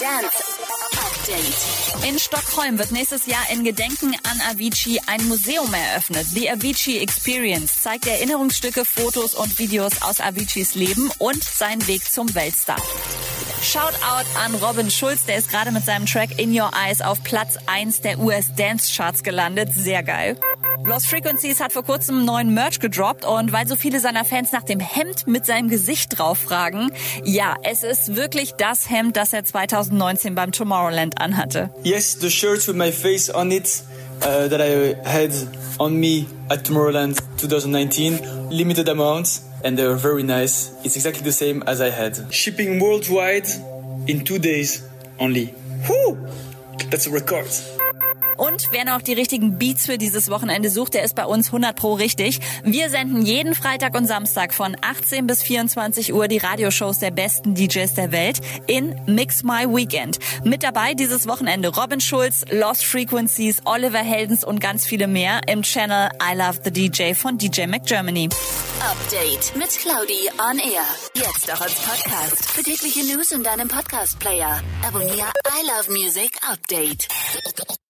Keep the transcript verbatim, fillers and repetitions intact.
Dance Update. In Stockholm wird nächstes Jahr in Gedenken an Avicii ein Museum eröffnet. The Avicii Experience zeigt Erinnerungsstücke, Fotos und Videos aus Aviciis Leben und seinen Weg zum Weltstar. Shoutout an Robin Schulz, der ist gerade mit seinem Track In Your Eyes auf Platz eins der U S Dance Charts gelandet. Sehr geil. Lost Frequencies hat vor kurzem neuen Merch gedroppt und weil so viele seiner Fans nach dem Hemd mit seinem Gesicht drauf fragen, ja, es ist wirklich das Hemd, das er zwanzig neunzehn beim Tomorrowland anhatte. Yes, the shirt with my face on it uh, that I had on me at Tomorrowland twenty nineteen, limited amounts and they were very nice. It's exactly the same as I had. Shipping worldwide in two days only. Whew! That's a record. Und wer noch die richtigen Beats für dieses Wochenende sucht, der ist bei uns hundert Pro richtig. Wir senden jeden Freitag und Samstag von achtzehn bis vierundzwanzig Uhr die Radioshows der besten D Js der Welt in Mix My Weekend. Mit dabei dieses Wochenende Robin Schulz, Lost Frequencies, Oliver Heldens und ganz viele mehr im Channel I Love the D J von D J McGermany. Update mit Claudi on Air. Jetzt auch als Podcast. Für tägliche News in deinem Podcast-Player. Abonniere I Love Music Update.